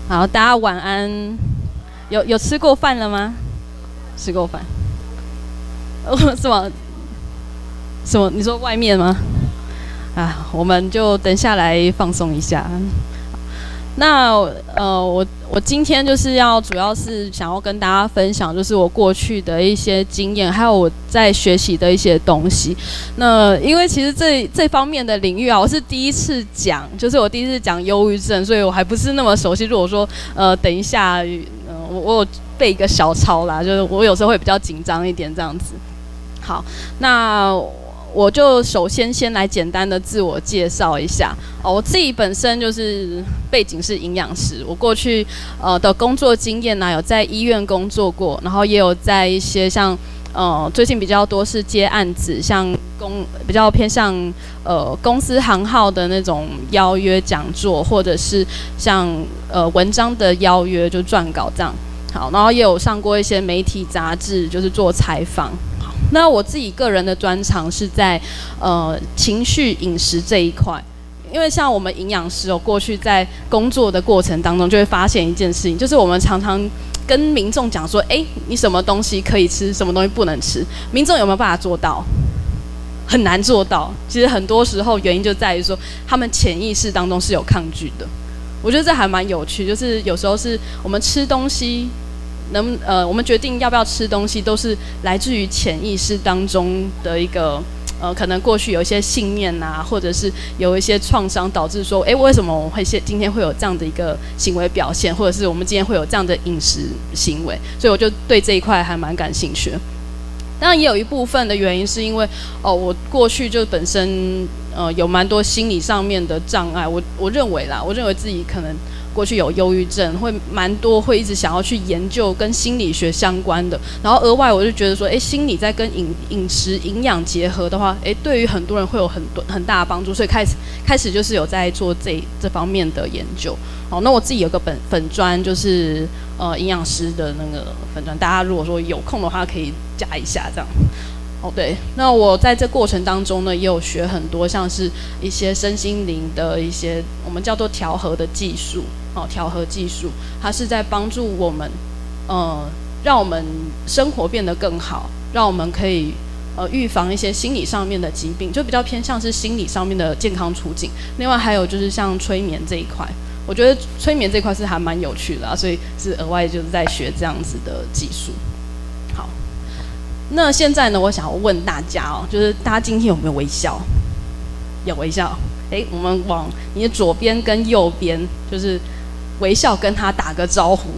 好，大家晚安。有吃过饭了吗？吃过饭。什么？什么？你说外面吗？啊，我们就等下来放松一下。那我今天就是主要是想要跟大家分享，就是我过去的一些经验，还有我在学习的一些东西。那因为其实这方面的领域啊，我是第一次讲，就是我第一次讲忧郁症，所以我还不是那么熟悉。如果说等一下，我有背一个小抄啦，就是我有时候会比较紧张一点这样子。好，那我就首先来简单的自我介绍一下我自己本身就是背景是营养师，我过去的工作经验呢，有在医院工作过，然后也有在一些像最近比较多是接案子，像比较偏向公司行号的那种邀约讲座，或者是像文章的邀约就撰稿这样。好，然后也有上过一些媒体杂志，就是做采访。那我自己个人的专长是在情绪饮食这一块，因为像我们营养师过去在工作的过程当中就会发现一件事情，就是我们常常跟民众讲说，你什么东西可以吃，什么东西不能吃，民众有没有办法做到？很难做到。其实很多时候原因就在于说，他们潜意识当中是有抗拒的。我觉得这还蛮有趣，就是有时候是我们吃东西。我们决定要不要吃东西，都是来自于潜意识当中的一个可能过去有一些信念啊，或者是有一些创伤，导致说，为什么我会今天会有这样的一个行为表现，或者是我们今天会有这样的饮食行为，所以我就对这一块还蛮感兴趣的。当然也有一部分的原因是因为我过去就本身有蛮多心理上面的障碍，我认为自己可能过去有忧郁症，会蛮多会一直想要去研究跟心理学相关的，然后额外我就觉得说，心理在跟饮食营养结合的话，对于很多人会有很大的帮助，所以开始就是有在做这方面的研究。好，那我自己有个粉专，就是营养师的那个粉专，大家如果说有空的话可以加一下这样。对，那我在这过程当中呢，也有学很多像是一些身心灵的一些我们叫做调和的技术。调和技术，它是在帮助我们，让我们生活变得更好，让我们可以预防一些心理上面的疾病，就比较偏向是心理上面的健康处境。另外还有就是像催眠这一块，我觉得催眠这一块是还蛮有趣的所以是额外就是在学这样子的技术。好，那现在呢，我想要问大家就是大家今天有没有微笑？有微笑？我们往你的左边跟右边，就是微笑跟他打个招呼。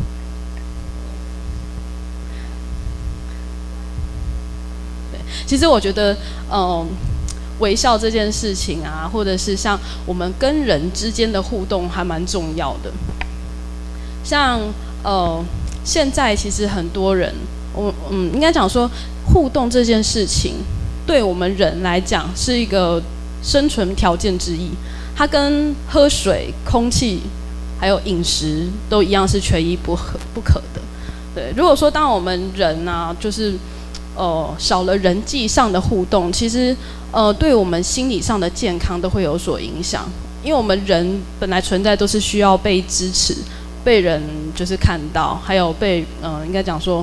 对，其实我觉得，微笑这件事情啊，或者是像我们跟人之间的互动，还蛮重要的。像现在其实很多人，应该讲说，互动这件事情，对我们人来讲是一个生存条件之一，它跟喝水、空气还有饮食都一样是缺一不可的。对，如果说当我们人啊，就是少了人际上的互动，其实对我们心理上的健康都会有所影响。因为我们人本来存在都是需要被支持、被人就是看到，还有被应该讲说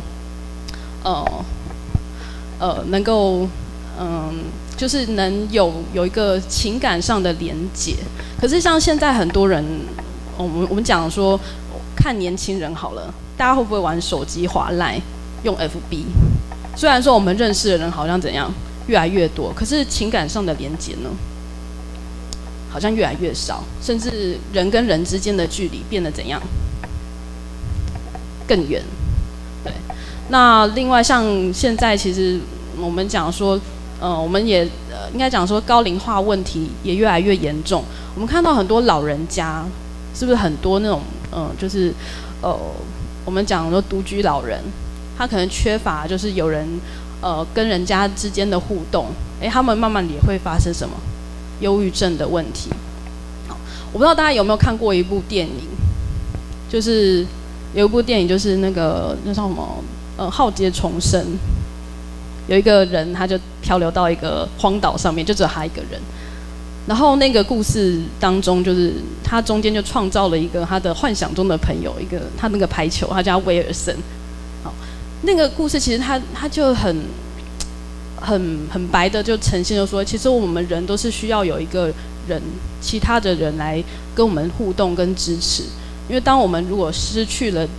能够就是能有一个情感上的连结。可是像现在很多人，我们讲说看年轻人好了，大家会不会玩手机、滑 LINE、用 FB？ 虽然说我们认识的人好像怎样越来越多，可是情感上的连结呢，好像越来越少，甚至人跟人之间的距离变得怎样？更远。对，那另外像现在其实我们讲说。我们也应该讲说高龄化问题也越来越严重。我们看到很多老人家，是不是很多那种就是我们讲说独居老人，他可能缺乏就是有人跟人家之间的互动，他们慢慢也会发生什么忧郁症的问题。好，我不知道大家有没有看过一部电影，就是有一部电影就是那叫什么浩劫重生。有一个人，他就漂流到一个荒岛上面，就只有他一个人。 然后那个故事当中，就是他中间就创造了一个他的幻想中的朋友，一个他那个排球，他叫威尔森。好，那个故事其实他就很白的就呈现，就说其实我们人都是需要有一个人，其他的人来跟我们互动跟支持，因为当我们如果失去了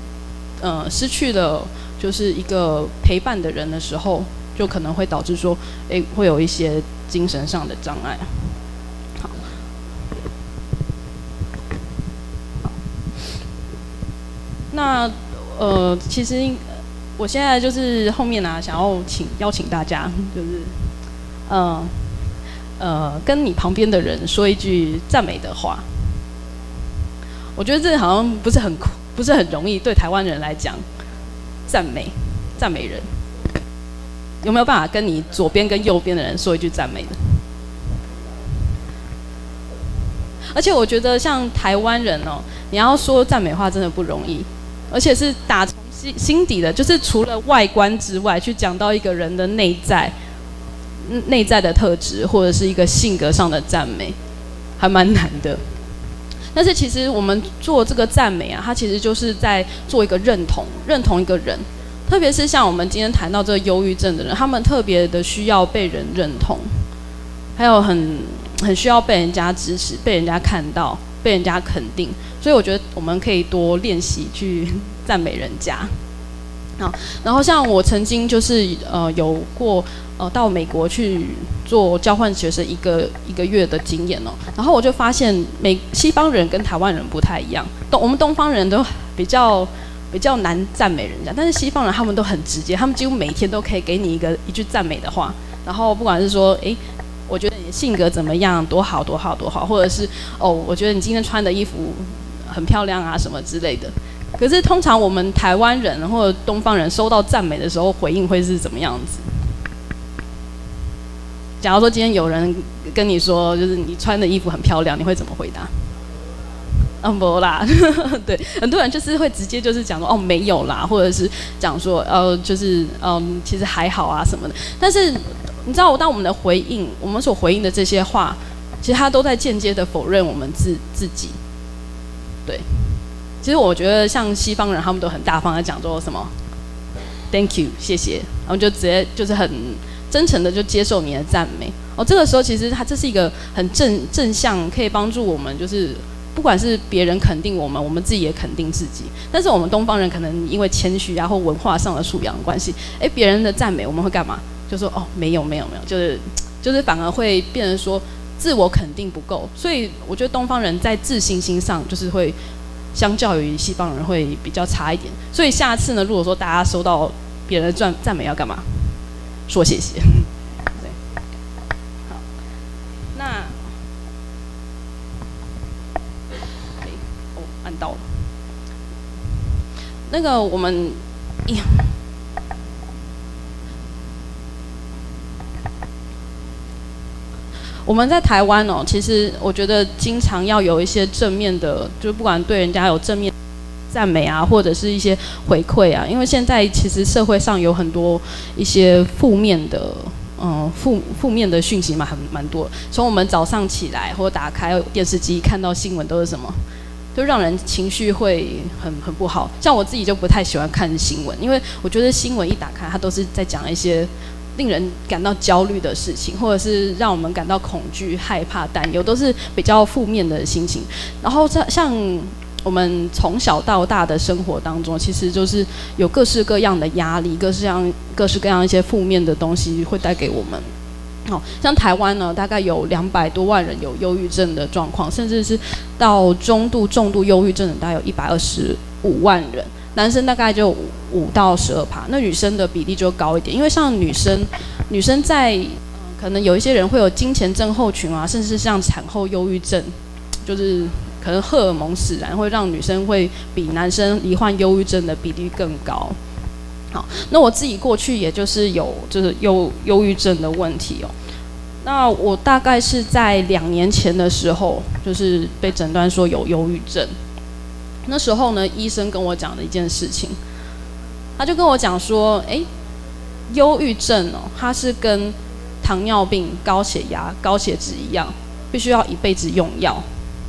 就是一个陪伴的人的时候，就可能会导致说，会有一些精神上的障碍。好，那其实我现在就是后面想要邀请大家，就是跟你旁边的人说一句赞美的话。我觉得这好像不是很容易，对台湾人来讲，赞美人，有没有办法跟你左边跟右边的人说一句赞美的？而且我觉得像台湾人你要说赞美话真的不容易，而且是打从心底的，就是除了外观之外，去讲到一个人的内在的特质，或者是一个性格上的赞美，还蛮难的。但是其实我们做这个赞美它其实就是在做一个认同一个人，特别是像我们今天谈到这个忧郁症的人，他们特别的需要被人认同，还有很需要被人家支持、被人家看到、被人家肯定。所以我觉得我们可以多练习去赞美人家。好，然后像我曾经就是有过到美国去做交换学生一个月的经验然后我就发现西方人跟台湾人不太一样，我们东方人都比较难赞美人家，但是西方人他们都很直接，他们几乎每天都可以给你一句赞美的话，然后不管是说我觉得你的性格怎么样，多好多好多好，或者是我觉得你今天穿的衣服很漂亮啊什么之类的。可是通常我们台湾人或者东方人收到赞美的时候，回应会是怎么样子？假如说今天有人跟你说，就是你穿的衣服很漂亮，你会怎么回答？没啦，对，很多人就是会直接就是讲说没有啦，或者是讲说就是其实还好啊什么的。但是你知道，当我们的回应，我们所回应的这些话，其实它都在间接的否认我们自己，对。其实我觉得像西方人，他们都很大方的讲说什么 ，Thank you， 谢谢，然后就直接就是很真诚的就接受你的赞美。这个时候其实这是一个很正向，可以帮助我们，就是不管是别人肯定我们自己也肯定自己。但是我们东方人可能因为谦虚或文化上的素养的关系，别人的赞美我们会干嘛？就说没有，就是反而会变成说自我肯定不够。所以我觉得东方人在自信心上就是会。相较于西方人会比较差一点，所以下次呢，如果说大家收到别人的赞美要干嘛？说谢谢。对，好，那按到了。那个我们我们在台湾其实我觉得经常要有一些正面的，就不管对人家有正面赞美啊，或者是一些回馈啊，因为现在其实社会上有很多一些负面的负面的讯息蛮多。从我们早上起来或打开电视机看到新闻都是什么，就让人情绪会很不好。像我自己就不太喜欢看新闻，因为我觉得新闻一打开，它都是在讲一些令人感到焦虑的事情，或者是让我们感到恐惧、害怕、担忧，都是比较负面的心情。然后像我们从小到大的生活当中，其实就是有各式各样的压力，各式各样一些负面的东西会带给我们。像台湾呢，大概有200多万人有忧郁症的状况，甚至是到中度、重度忧郁症的大概有125万人。男生大概就5到12%，那女生的比例就高一点，因为像女生在可能有一些人会有经前症候群啊，甚至像产后忧郁症，就是可能荷尔蒙使然，会让女生会比男生罹患忧郁症的比例更高。好，那我自己过去也就是有就是忧郁症的问题那我大概是在2年前的时候，就是被诊断说有忧郁症。那时候呢，医生跟我讲的一件事情，他就跟我讲说，忧郁症它是跟糖尿病、高血压、高血脂一样， 必须要一辈子用药。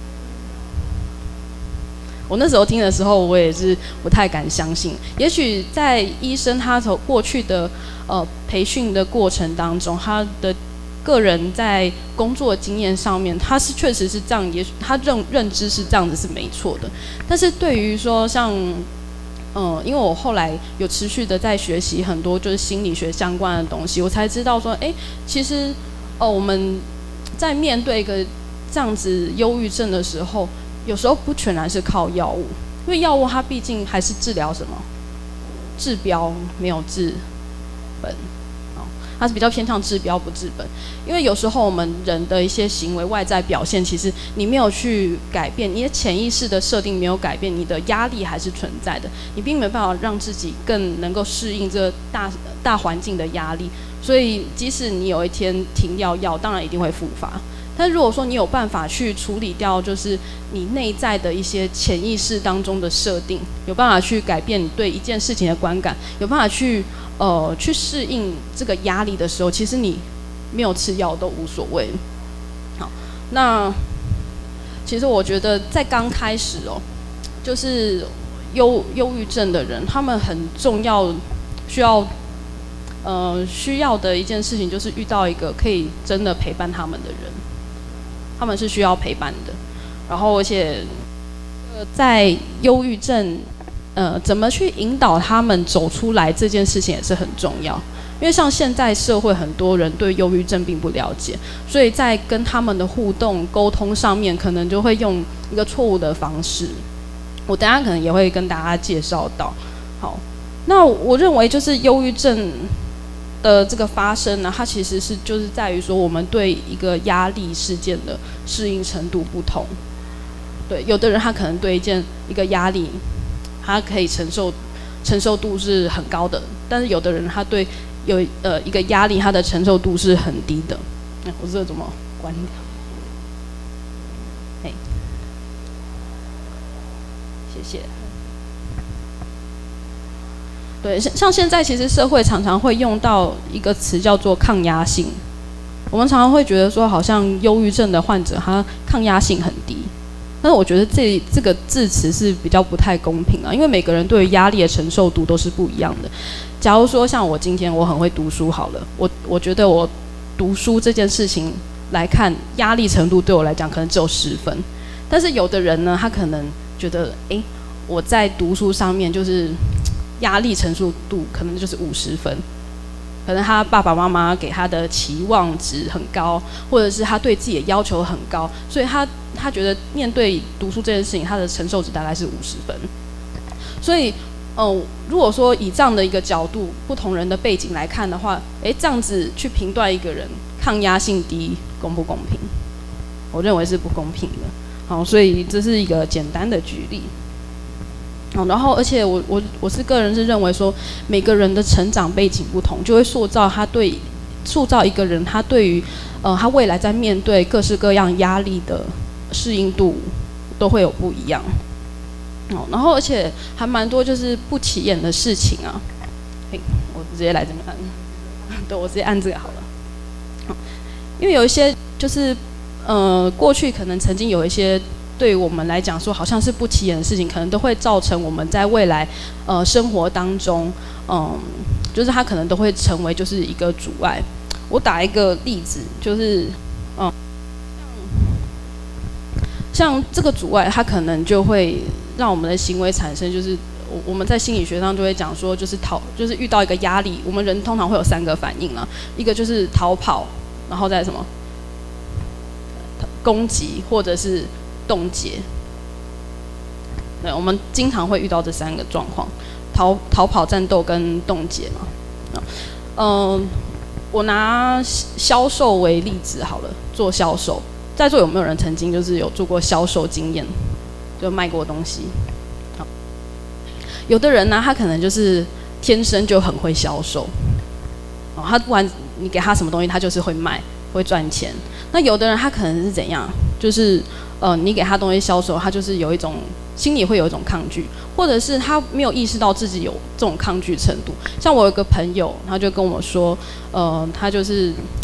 我那时候听的时候，我也是不太敢相信。也许在医生他从过去的培训的过程当中，他的个人在工作经验上面，他是确实是这样，也许他认知是这样子是没错的。但是对于说像因为我后来有持续的在学习很多就是心理学相关的东西，我才知道说，其实我们在面对一个这样子忧郁症的时候，有时候不全然是靠药物，因为药物它毕竟还是治疗什么，治标没有治本，它是比较偏向治标不治本。因为有时候我们人的一些行为外在表现，其实你没有去改变，你的潜意识的设定没有改变，你的压力还是存在的，你并没有办法让自己更能够适应这个大环境的压力。所以即使你有一天停药，当然一定会复发。但如果说你有办法去处理掉，就是你内在的一些潜意识当中的设定，有办法去改变你对一件事情的观感，有办法去适应这个压力的时候，其实你没有吃药都无所谓。好，那其实我觉得在刚开始就是忧郁症的人，他们很重要需要的一件事情，就是遇到一个可以真的陪伴他们的人。他们是需要陪伴的，然后而且在忧郁症怎么去引导他们走出来这件事情也是很重要。因为像现在社会很多人对忧郁症并不了解，所以在跟他们的互动沟通上面，可能就会用一个错误的方式。我等一下可能也会跟大家介绍到。好，那我认为就是忧郁症的这个发生呢，它其实就是在于说我们对一个压力事件的适应程度不同。对，有的人他可能对一个压力，他可以承受度是很高的，但是有的人他对一个压力，他的承受度是很低的。我这个怎么关掉？谢谢。对，像现在其实社会常常会用到一个词叫做抗压性。我们常常会觉得说，好像忧郁症的患者他抗压性很低，但是我觉得这个字词是比较不太公平啊，因为每个人对于压力的承受度都是不一样的。假如说像我今天我很会读书好了，我觉得我读书这件事情来看，压力程度对我来讲可能只有10分，但是有的人呢，他可能觉得，我在读书上面就是压力承受度可能就是50分，可能他爸爸妈妈给他的期望值很高，或者是他对自己的要求很高，所以他觉得面对读书这件事情，他的承受值大概是50分。所以，如果说以这样的一个角度，不同人的背景来看的话，这样子去评断一个人抗压性低，公不公平？我认为是不公平的。好，所以这是一个简单的举例。然后，而且我是个人是认为说，每个人的成长背景不同，就会塑造一个人他对于他未来在面对各式各样压力的适应度都会有不一样。然后而且还蛮多就是不起眼的事情啊。我直接来这边按，对，我直接按这个好了。因为有一些就是过去可能曾经有一些。对于我们来讲说，好像是不起眼的事情，可能都会造成我们在未来生活当中，就是它可能都会成为就是一个阻碍。我打一个例子，就是像这个阻碍，它可能就会让我们的行为产生，就是我们在心理学上就会讲说，就是遇到一个压力，我们人通常会有3个反应啦，一个就是逃跑，然后再什么攻击，或者是冻结。对，我们经常会遇到这3个状况：逃跑、战斗跟冻结嘛。我拿销售为例子好了，做销售，在座有没有人曾经就是有做过销售经验，就卖过东西？好，有的人呢，他可能就是天生就很会销售，他不管你给他什么东西，他就是会卖，会赚钱。那有的人他可能是怎样，就是你给他东西销售，他就是有一种心里会有一种抗拒，或者是他没有意识到自己有这种抗拒程度。像我有个朋友，他就跟我说，他就是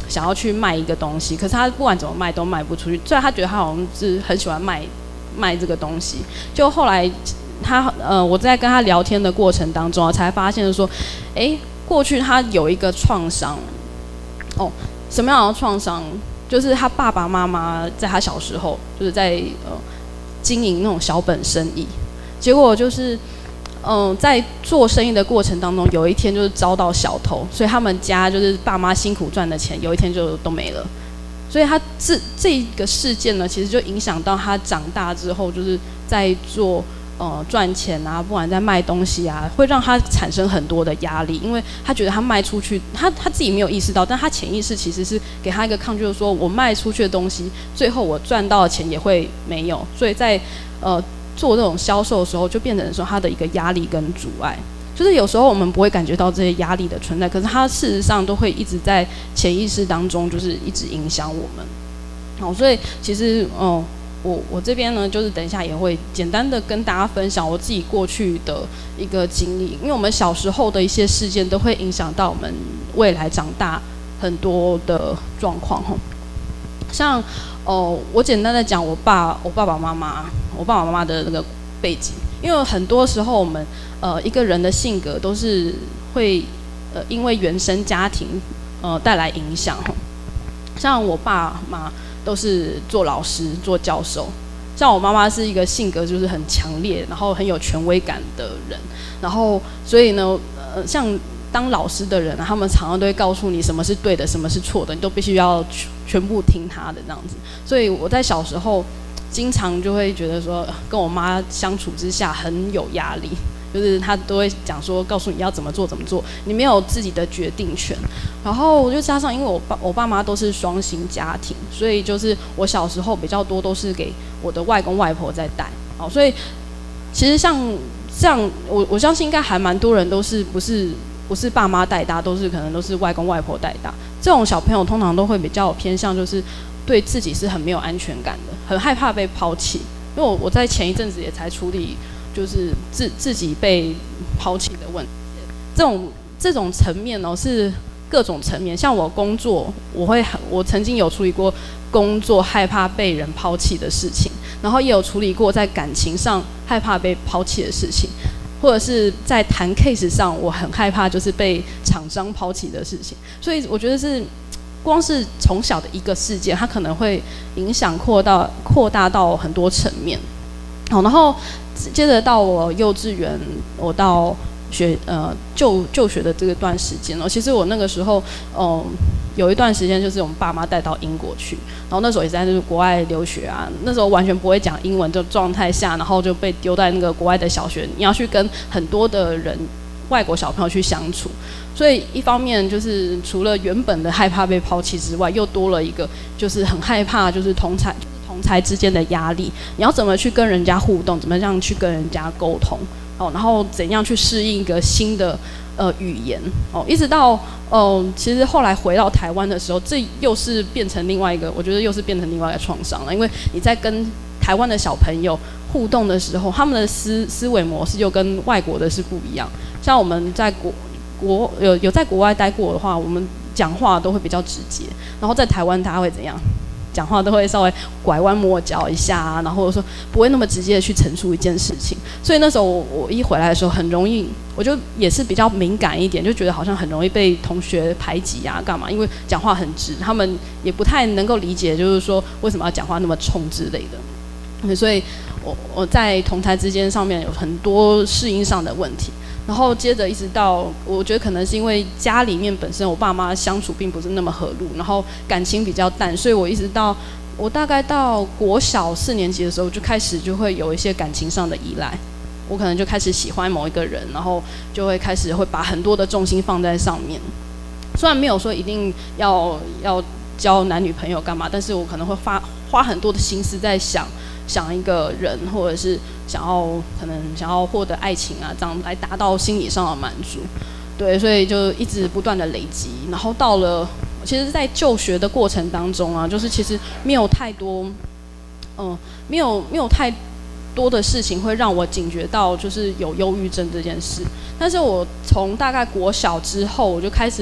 想要去卖一个东西，可是他不管怎么卖都卖不出去。虽然他觉得他好像是很喜欢卖这个东西，就后来我在跟他聊天的过程当中才发现说，过去他有一个创伤，什么样的创伤？就是他爸爸妈妈在他小时候就是在经营那种小本生意，结果就是在做生意的过程当中，有一天就是遭到小偷，所以他们家就是爸妈辛苦赚的钱，有一天就都没了。所以他这个事件呢，其实就影响到他长大之后，就是在做赚钱啊，不管在卖东西啊，会让他产生很多的压力，因为他觉得他卖出去，他自己没有意识到，但他潜意识其实是给他一个抗拒，就是说我卖出去的东西，最后我赚到的钱也会没有，所以在做这种销售的时候，就变成说他的一个压力跟阻碍。就是有时候我们不会感觉到这些压力的存在，可是它事实上都会一直在潜意识当中，就是一直影响我们。好，所以其实我这边呢，就是等一下也会简单的跟大家分享我自己过去的一个经历，因为我们小时候的一些事件都会影响到我们未来长大很多的状况哈。像我简单的讲我爸爸妈妈的那个背景，因为很多时候我们一个人的性格都是会因为原生家庭带来影响哈。像我爸妈都是做老师做教授，像我妈妈是一个性格就是很强烈，然后很有权威感的人，然后所以呢像当老师的人他们常常都会告诉你什么是对的，什么是错的，你都必须要全部听他的这样子。所以我在小时候经常就会觉得说，跟我妈相处之下很有压力，就是她都会讲说，告诉你要怎么做，你没有自己的决定权。然后我就加上，因为我爸妈都是双薪家庭，所以就是我小时候比较多都是给我的外公外婆在带。好，所以其实像这样，我相信应该还蛮多人都是不是爸妈带大，可能都是外公外婆带大。这种小朋友通常都会比较偏向就是对自己是很没有安全感的，很害怕被抛弃。因为我在前一阵子也才处理，就是自己被抛弃的问题。这种层面是各种层面。像我工作，我曾经有处理过工作害怕被人抛弃的事情，然后也有处理过在感情上害怕被抛弃的事情，或者是在谈 case 上我很害怕就是被厂商抛弃的事情。所以我觉得是光是从小的一个事件，它可能会影响扩大到很多层面。好，然后接着到我幼稚园，我到就学的这个段时间其实我那个时候有一段时间就是我们爸妈带到英国去，然后那时候也在就是国外留学啊，那时候完全不会讲英文的状态下，然后就被丢在那个国外的小学，你要去跟很多的人外国小朋友去相处，所以一方面就是除了原本的害怕被抛弃之外，又多了一个就是很害怕就是同才之间的压力，你要怎么去跟人家互动，怎么样去跟人家沟通然后怎样去适应一个新的语言一直到其实后来回到台湾的时候，这又是变成另外一个，我觉得又是变成另外一个创伤了，因为你在跟台湾的小朋友互动的时候，他们的思维模式又跟外国的是不一样。像我们在有在国外待过的话，我们讲话都会比较直接，然后在台湾大家会怎样？讲话都会稍微拐弯抹角一下然后或者说不会那么直接的去陈述一件事情。所以那时候我一回来的时候，很容易我就也是比较敏感一点，就觉得好像很容易被同学排挤干嘛，因为讲话很直，他们也不太能够理解，就是说为什么要讲话那么冲之类的。所以我在同台之间上面有很多适应上的问题。然后接着一直到，我觉得可能是因为家里面本身我爸妈相处并不是那么和睦，然后感情比较淡，所以我一直到我大概到国小4年级的时候，就开始就会有一些感情上的依赖，我可能就开始喜欢某一个人，然后就会开始会把很多的重心放在上面。虽然没有说一定要交男女朋友干嘛，但是我可能会花很多的心思在想一个人，或者是可能想要获得爱情这样来达到心理上的满足。对，所以就一直不断的累积，然后到了其实在就学的过程当中就是其实没有太多没有太多的事情会让我警觉到就是有忧郁症这件事。但是我从大概国小之后，我就开始，其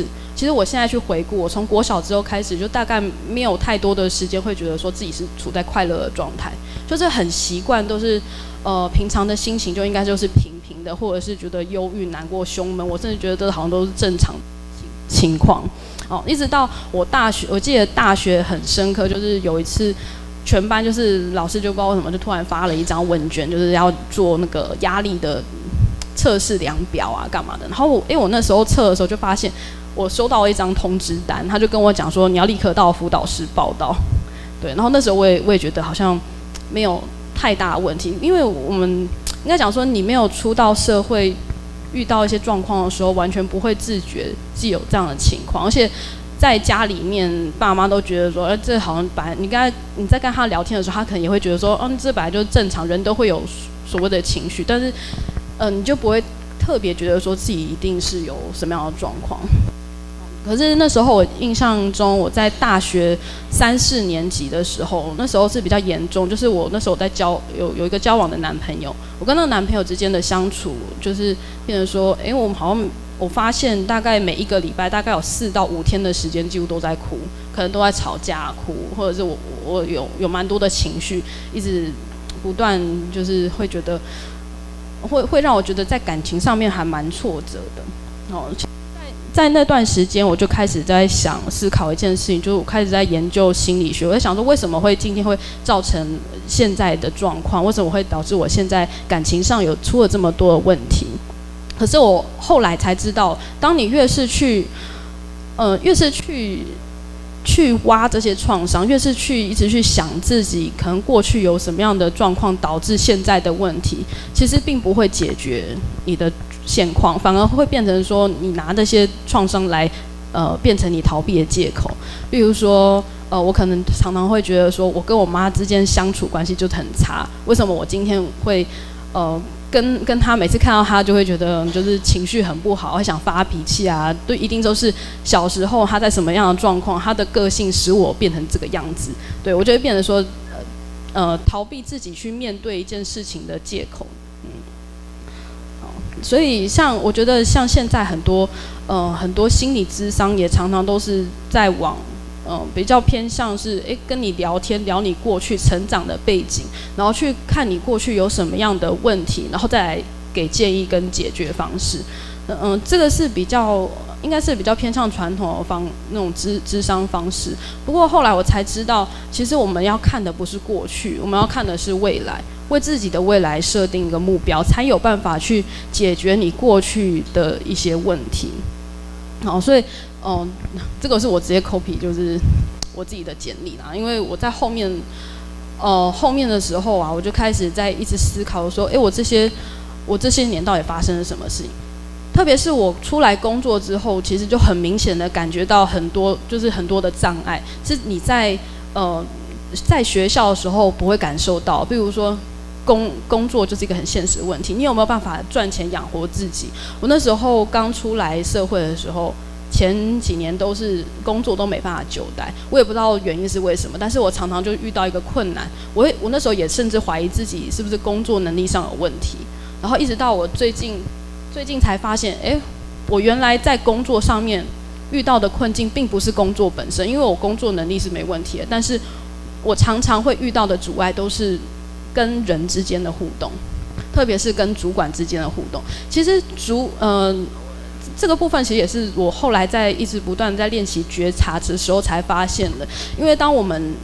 其实我现在去回顾，我从国小之后开始，就大概没有太多的时间会觉得说自己是处在快乐的状态，就是很习惯都是平常的心情就应该就是平平的，或者是觉得忧郁、难过、胸闷，我甚至觉得这好像都是正常情况。一直到我大学，我记得大学很深刻，就是有一次全班就是老师就不知道为什么就突然发了一张问卷，就是要做那个压力的测试量表啊，干嘛的。然后因为我那时候测的时候就发现。我收到了一张通知单，他就跟我讲说你要立刻到辅导室报到，对，然后那时候我也觉得好像没有太大的问题，因为我们应该讲说你没有出到社会，遇到一些状况的时候，完全不会自觉自己有这样的情况，而且在家里面爸妈都觉得说，这好像本来你在跟他聊天的时候，他可能也会觉得说，这本来就是正常，人都会有所谓的情绪，但是你就不会特别觉得说自己一定是有什么样的状况。可是那时候我印象中，我在大学3、4年级的时候，那时候是比较严重，就是我那时候在有一个交往的男朋友，我跟那个男朋友之间的相处，就是变成说，我们好像我发现大概每一个礼拜大概有4到5天的时间，几乎都在哭，可能都在吵架哭，或者是我有蛮多的情绪，一直不断就是会觉得会让我觉得在感情上面还蛮挫折的。在那段时间，我就开始在思考一件事情，就是我开始在研究心理学。我在想说，为什么会今天会造成现在的状况？为什么会导致我现在感情上有出了这么多的问题？可是我后来才知道，当你越是去挖这些创伤，越是一直去想自己可能过去有什么样的状况导致现在的问题，其实并不会解决你的现况，反而会变成说你拿这些创伤来变成你逃避的借口。比如说我可能常常会觉得说，我跟我妈之间相处关系就很差，为什么我今天会跟他每次看到他就会觉得就是情绪很不好，会想发脾气啊，对，一定都是小时候他在什么样的状况，他的个性使我变成这个样子。对，我就会变成说逃避自己去面对一件事情的借口。所以我觉得像现在很多心理咨商也常常都是在往比较偏向是跟你聊天，聊你过去成长的背景，然后去看你过去有什么样的问题，然后再来给建议跟解决方式。这个是应该是比较偏向传统的那种咨商方式。不过后来我才知道，其实我们要看的不是过去，我们要看的是未来，为自己的未来设定一个目标，才有办法去解决你过去的一些问题。好，所以这个是我直接 copy 就是我自己的简历啦，因为我在后面的时候啊，我就开始在一直思考说，我这些年到底发生了什么事情？特别是我出来工作之后，其实就很明显的感觉到很多的障碍，是你在学校的时候不会感受到，比如说工作就是一个很现实的问题，你有没有办法赚钱养活自己？我那时候刚出来社会的时候，前几年都是工作都没办法久待，我也不知道原因是为什么，但是我常常就遇到一个困难，我那时候也甚至怀疑自己是不是工作能力上有问题，然后一直到我最近才发现，我原来在工作上面遇到的困境并不是工作本身，因为我工作能力是没问题的，但是我常常会遇到的阻碍都是跟人之间的互动，特别是跟主管之间的互动。其实这个部分其实也是我后来在一直不断在练习觉察的时候才发现的，因为当我们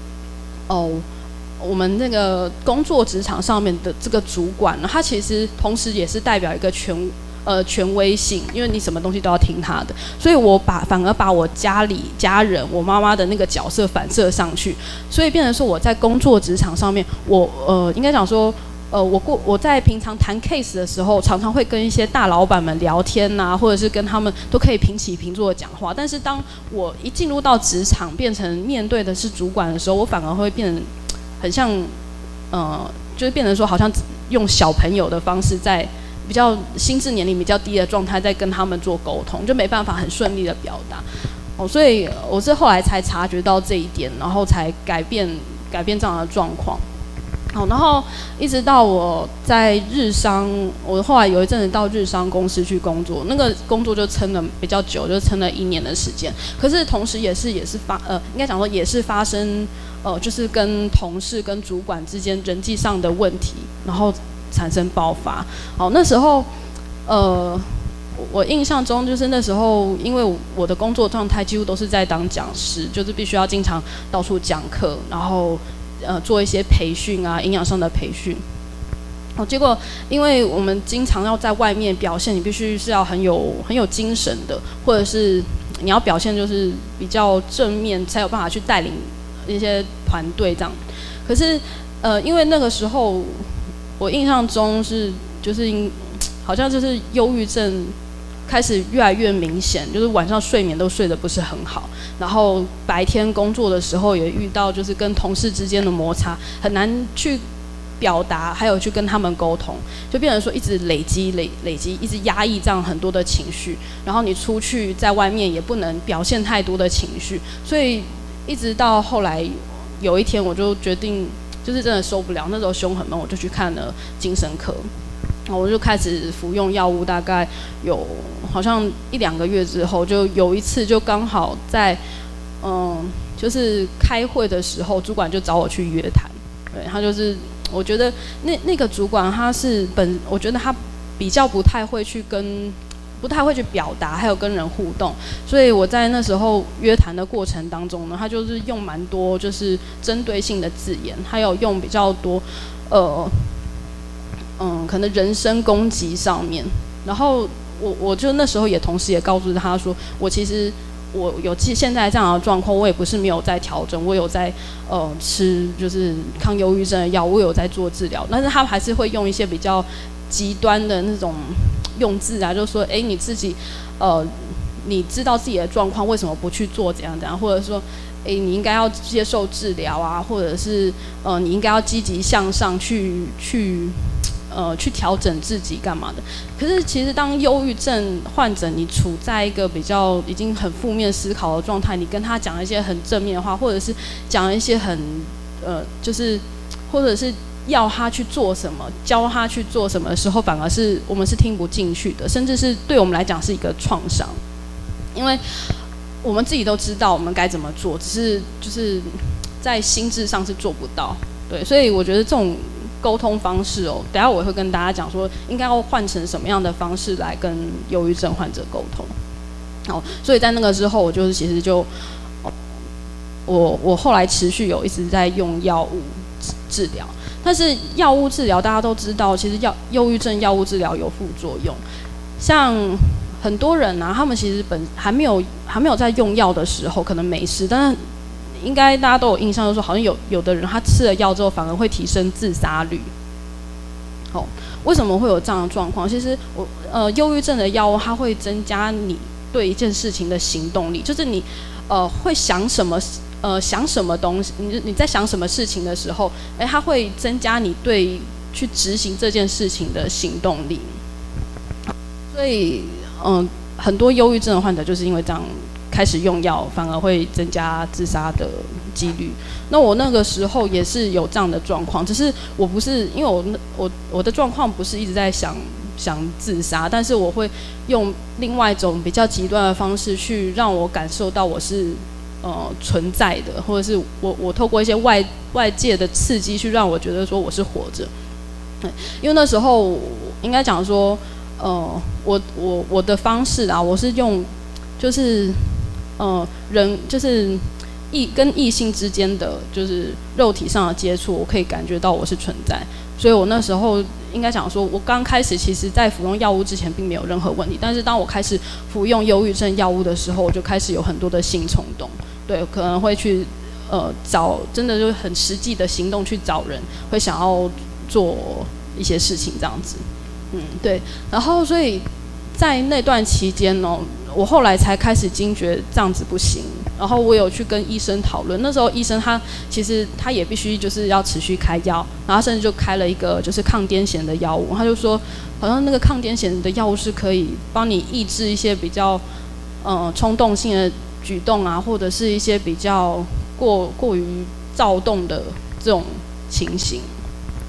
那个工作职场上面的这个主管呢，他其实同时也是代表一个权威性，因为你什么东西都要听他的，所以我反而把我家人我妈妈的那个角色反射上去，所以变成说我在工作职场上面，应该讲说我在平常谈 case 的时候，常常会跟一些大老板们聊天啊，或者是跟他们都可以平起平坐的讲话，但是当我一进入到职场，变成面对的是主管的时候，我反而会变成很像就是变成说好像用小朋友的方式在比较心智年龄比较低的状态在跟他们做沟通，就没办法很顺利的表达。所以我是后来才察觉到这一点，然后才改变这样的状况。 好，然后一直到我在日商，我后来有一阵子到日商公司去工作，那个工作就撑了比较久，就撑了1年的时间。可是同时也是应该讲说也是发生就是跟同事跟主管之间人际上的问题，然后产生爆发。好，那时候我印象中就是那时候，因为我的工作状态几乎都是在当讲师，就是必须要经常到处讲课，然后做一些培训啊，营养上的培训。结果因为我们经常要在外面表现，你必须是要很有精神的，或者是你要表现就是比较正面，才有办法去带领一些团队这样。可是因为那个时候我印象中好像就是忧郁症开始越来越明显，就是晚上睡眠都睡得不是很好，然后白天工作的时候也遇到就是跟同事之间的摩擦，很难去表达，还有去跟他们沟通，就变成说一直累积，一直压抑这样很多的情绪，然后你出去在外面也不能表现太多的情绪，所以一直到后来有一天我就决定，就是真的受不了，那时候胸很闷，我就去看了精神科。我就开始服用药物，大概有好像1-2个月之后，就有一次就刚好在就是开会的时候，主管就找我去约谈。对，他就是我觉得那个主管我觉得他比较不太会去表达，还有跟人互动，所以我在那时候约谈的过程当中呢，他就是用蛮多就是针对性的字眼，还有用比较多可能人身攻击上面，然后我就那时候同时也告诉他说，其实我有现在这样的状况，我也不是没有在调整，我有在吃就是抗忧郁症的药，我有在做治疗，但是他还是会用一些比较极端的那种用字啊，就是说，你自己你知道自己的状况，为什么不去做怎样，或者说，你应该要接受治疗啊，或者是你应该要积极向上去调整自己干嘛的？可是其实当忧郁症患者，你处在一个比较已经很负面思考的状态，你跟他讲一些很正面的话，或者是讲一些很或者是要他去做什么，教他去做什么的时候，反而是我们是听不进去的，甚至是对我们来讲是一个创伤，因为我们自己都知道我们该怎么做，只是就是在心智上是做不到。对，所以我觉得这种沟通方式等一下我会跟大家讲说，应该要换成什么样的方式来跟忧郁症患者沟通。好，所以在那个之后，我就是其实就，我后来持续有一直在用药物治疗，但是药物治疗大家都知道，其实忧郁症药物治疗有副作用，像很多人啊，他们其实还没有在用药的时候可能没事，但是应该大家都有印象，就是说好像有的人他吃了药之后反而会提升自杀率。好，为什么会有这样的状况？其实忧郁症的药物它会增加你对一件事情的行动力，就是你会想什么东西，你在想什么事情的时候，它会增加你对去执行这件事情的行动力。所以很多忧郁症的患者就是因为这样开始用药，反而会增加自杀的几率。那我那个时候也是有这样的状况，只是我不是因为我的状况不是一直在想自杀，但是我会用另外一种比较极端的方式去让我感受到我是存在的，或者是我透过一些外界的刺激去让我觉得说我是活着。因为那时候应该讲说我的方式啊，我是用就是人就是跟异性之间的就是肉体上的接触，我可以感觉到我是存在，所以我那时候应该讲说，我刚开始其实在服用药物之前并没有任何问题，但是当我开始服用忧郁症药物的时候，我就开始有很多的性冲动，对，可能会去找真的就是很实际的行动去找人，会想要做一些事情这样子，对，然后所以在那段期间呢，我后来才开始惊觉这样子不行，然后我有去跟医生讨论，那时候医生其实他也必须就是要持续开药，然后甚至就开了一个就是抗癫痫的药物，他就说好像那个抗癫痫的药物是可以帮你抑制一些比较冲动性的举动啊，或者是一些比较过于躁动的这种情形。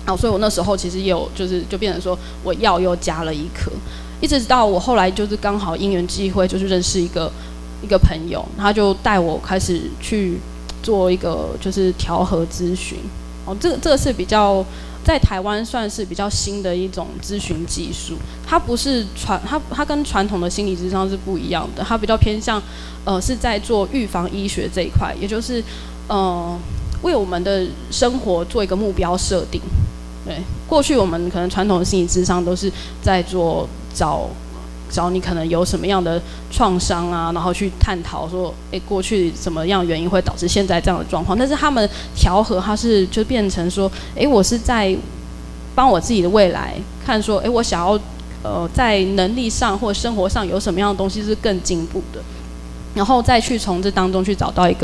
好，所以我那时候其实也有就变成说我药又加了1颗，一直到我后来就是刚好因缘际会，就是认识一个朋友，他就带我开始去做一个就是调和咨询。哦，这个是比较在台湾算是比较新的一种咨询技术，它不是它跟传统的心理咨商是不一样的，它比较偏向是在做预防医学这一块，也就是为我们的生活做一个目标设定。对，过去我们可能传统的心理咨商都是在做找你可能有什么样的创伤啊，然后去探讨说，过去什么样的原因会导致现在这样的状况。但是他们调和，它是就变成说，我是在帮我自己的未来看说，我想要在能力上或生活上有什么样的东西是更进步的，然后再去从这当中去找到一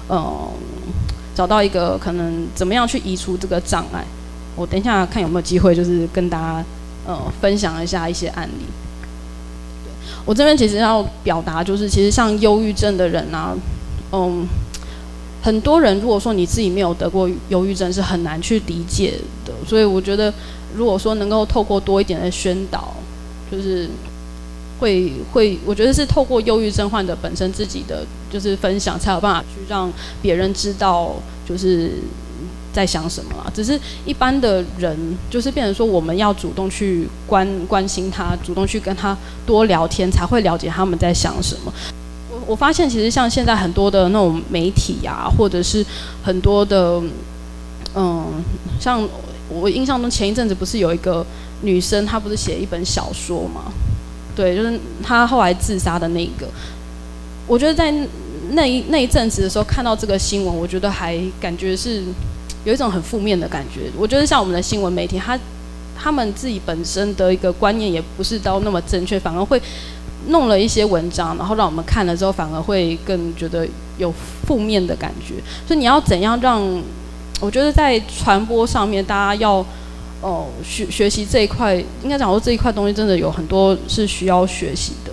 个可能怎么样去移除这个障碍。我等一下看有没有机会，就是跟大家分享一下一些案例。我这边其实要表达就是，其实像忧郁症的人啊，很多人如果说你自己没有得过忧郁症，是很难去理解的。所以我觉得，如果说能够透过多一点的宣导，就是我觉得是透过忧郁症患者本身自己的就是分享，才有办法去让别人知道就是在想什么啊。只是一般的人，就是变成说我们要主动去关心他，主动去跟他多聊天，才会了解他们在想什么。我发现其实像现在很多的那种媒体啊，或者是很多的像我印象中前一阵子不是有一个女生，她不是写一本小说吗？对，就是她后来自杀的那个。我觉得在那一阵子的时候看到这个新闻，我觉得还感觉是有一种很负面的感觉。我觉得像我们的新闻媒体，他们自己本身的一个观念也不是到那么正确，反而会弄了一些文章，然后让我们看了之后反而会更觉得有负面的感觉。所以你要怎样让，我觉得在传播上面大家要学习这一块，应该讲说这一块东西真的有很多是需要学习的。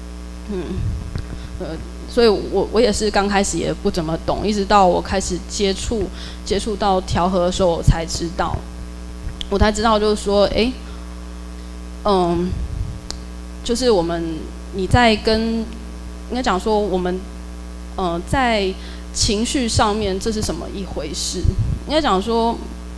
所以我也是刚开始也不怎么懂，一直到我开始接触到调和的时候，我才知道就是说，就是你在跟应该讲说我们在情绪上面这是什么一回事？应该讲说，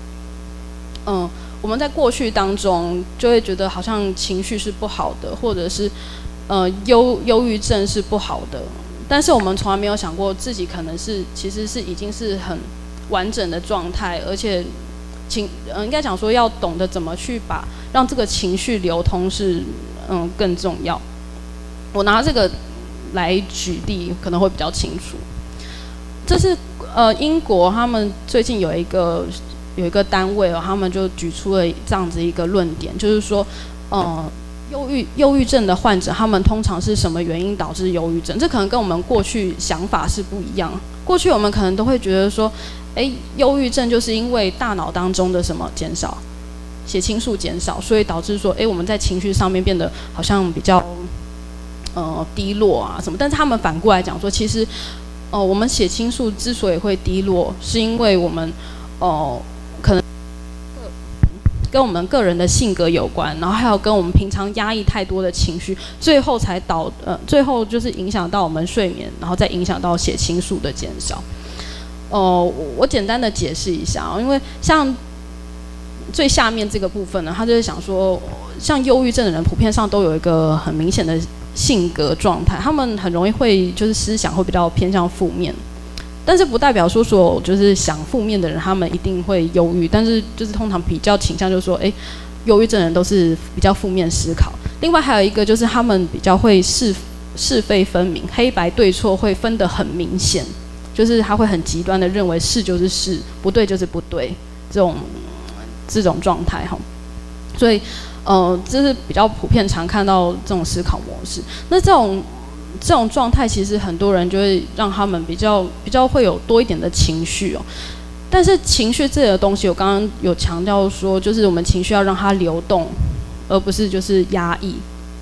我们在过去当中就会觉得好像情绪是不好的，或者是忧郁症是不好的。但是我们从来没有想过自己可能其实是已经是很完整的状态，而且应该讲说要懂得怎么去让这个情绪流通是更重要。我拿这个来举例可能会比较清楚。这是英国他们最近有一个单位他们就举出了这样子一个论点，就是说忧郁症的患者，他们通常是什么原因导致忧郁症？这可能跟我们过去想法是不一样。过去我们可能都会觉得说，忧郁症就是因为大脑当中的什么减少，血清素减少，所以导致说，我们在情绪上面变得好像比较低落啊什么。但是他们反过来讲说，其实我们血清素之所以会低落，是因为我们可能跟我们个人的性格有关，然后还有跟我们平常压抑太多的情绪，最后就是影响到我们睡眠，然后再影响到血清素的减少。我简单的解释一下因为像最下面这个部分呢，他就是想说，像忧郁症的人普遍上都有一个很明显的性格状态，他们很容易会就是思想会比较偏向负面。但是不代表说所有就是想负面的人，他们一定会忧郁。但是就是通常比较倾向就是说，忧郁症的人都是比较负面思考。另外还有一个就是他们比较会是非分明，黑白对错会分得很明显，就是他会很极端的认为是就是是，不对就是不对，这种状态哈。所以这是比较普遍常看到这种思考模式。那这种状态，其实很多人就会让他们比较会有多一点的情绪但是情绪这个东西，我刚刚有强调说，就是我们情绪要让它流动，而不是就是压抑。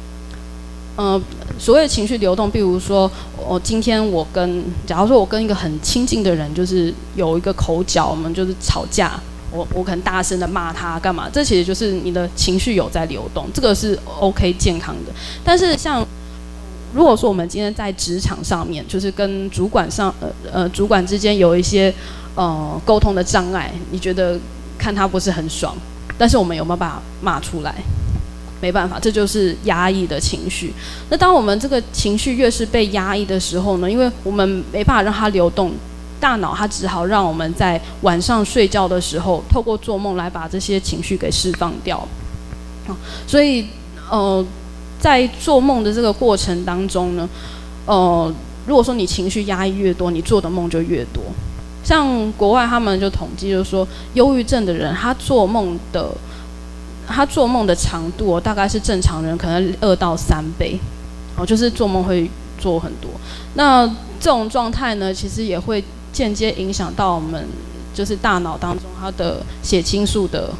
所谓的情绪流动，比如说今天假如说我跟一个很亲近的人，就是有一个口角，我们就是吵架， 我可能大声的骂他干嘛，这其实就是你的情绪有在流动，这个是 OK 健康的。但是像如果说我们今天在职场上面，就是跟主管主管之间有一些沟通的障碍，你觉得看他不是很爽，但是我们有没有办法骂出来？没办法，这就是压抑的情绪。那当我们这个情绪越是被压抑的时候呢，因为我们没办法让它流动，大脑它只好让我们在晚上睡觉的时候，透过做梦来把这些情绪给释放掉。所以在做梦的这个过程当中呢，如果说你情绪压抑越多，你做的梦就越多。像国外他们就统计，就是说，忧郁症的人他做梦的长度大概是正常人可能2到3倍，就是做梦会做很多。那这种状态呢，其实也会间接影响到我们就是大脑当中它的血清素的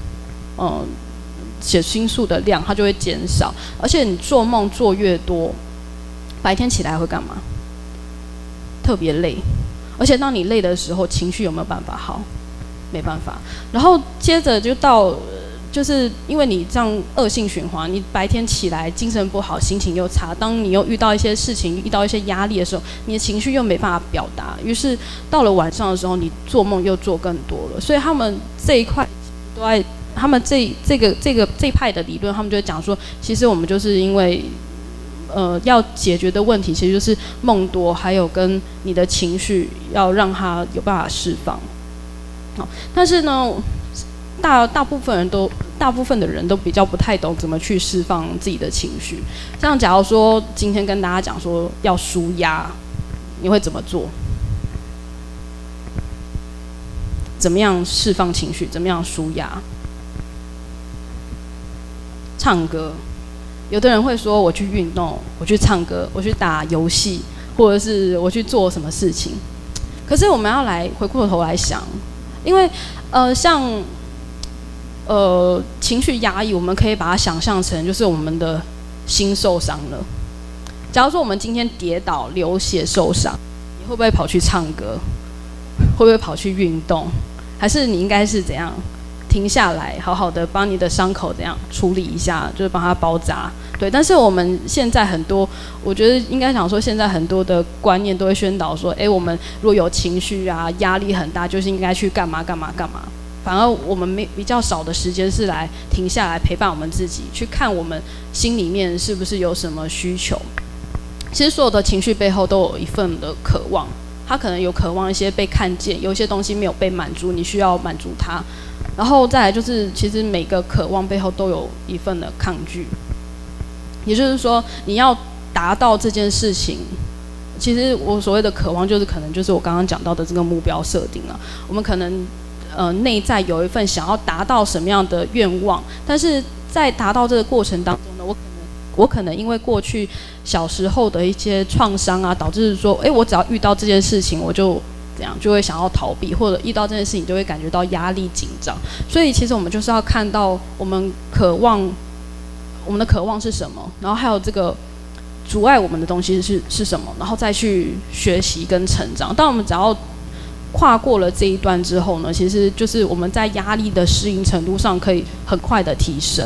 量，它就会减少。而且你做梦做越多，白天起来会干嘛？特别累。而且当你累的时候，情绪有没有办法好？没办法。然后接着就到，就是因为你这样恶性循环，你白天起来精神不好，心情又差，当你又遇到一些事情，遇到一些压力的时候，你的情绪又没办法表达，于是到了晚上的时候，你做梦又做更多了。所以他们这一块都在，他们这一派的理论，他们就会讲说，其实我们就是因为要解决的问题，其实就是梦多，还有跟你的情绪要让它有办法释放。好，但是呢，大部分的人都比较不太懂怎么去释放自己的情绪。像假如说今天跟大家讲说要抒压，你会怎么做？怎么样释放情绪？怎么样抒压？唱歌。有的人会说我去运动，我去唱歌，我去打游戏，或者是我去做什么事情。可是我们要来回过头来想，因为像情绪压抑，我们可以把它想象成就是我们的心受伤了。假如说我们今天跌倒流血受伤，你会不会跑去唱歌？会不会跑去运动？还是你应该是怎样？停下来，好好的帮你的伤口怎样处理一下，就是帮它包扎。对，但是我们现在很多，我觉得应该想说，现在很多的观念都会宣导说，我们如果有情绪啊，压力很大，就是应该去干嘛干嘛干嘛。反而我们比较少的时间是来停下来陪伴我们自己，去看我们心里面是不是有什么需求。其实所有的情绪背后都有一份的渴望，他可能有渴望一些被看见，有一些东西没有被满足，你需要满足它。然后再来就是，其实每个渴望背后都有一份的抗拒，也就是说，你要达到这件事情，其实我所谓的渴望，就是可能就是我刚刚讲到的这个目标设定了。我们可能内在有一份想要达到什么样的愿望，但是在达到这个过程当中呢，我可能因为过去小时候的一些创伤啊，导致说，我只要遇到这件事情，我就怎样就会想要逃避，或者遇到这件事情就会感觉到压力紧张。所以其实我们就是要看到我们的渴望是什么，然后还有这个阻碍我们的东西是什么，然后再去学习跟成长。当我们只要跨过了这一段之后呢，其实就是我们在压力的适应程度上可以很快的提升。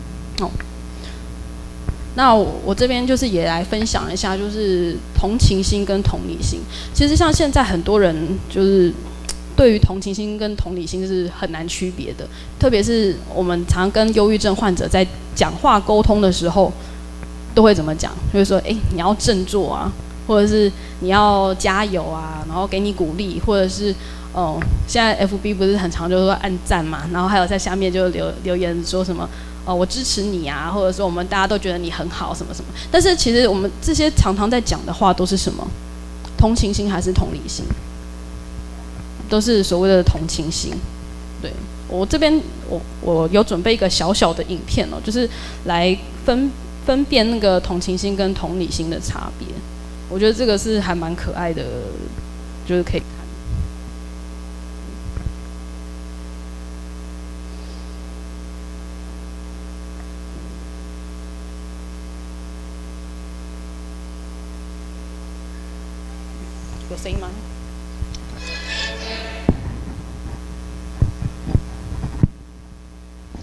那我这边就是也来分享一下，就是同情心跟同理心。其实像现在很多人就是对于同情心跟同理心是很难区别的，特别是我们常跟忧郁症患者在讲话沟通的时候，都会怎么讲？就是说，你要振作啊，或者是你要加油啊，然后给你鼓励，或者是现在 FB 不是很常就是说按赞嘛，然后还有在下面就留言说什么。我支持你啊，或者说我们大家都觉得你很好，什么什么。但是其实我们这些常常在讲的话都是什么？同情心还是同理心？都是所谓的同情心。对，我这边我有准备一个小小的影片就是来分辨那个同情心跟同理心的差别。我觉得这个是还蛮可爱的，就是可以。有声音吗？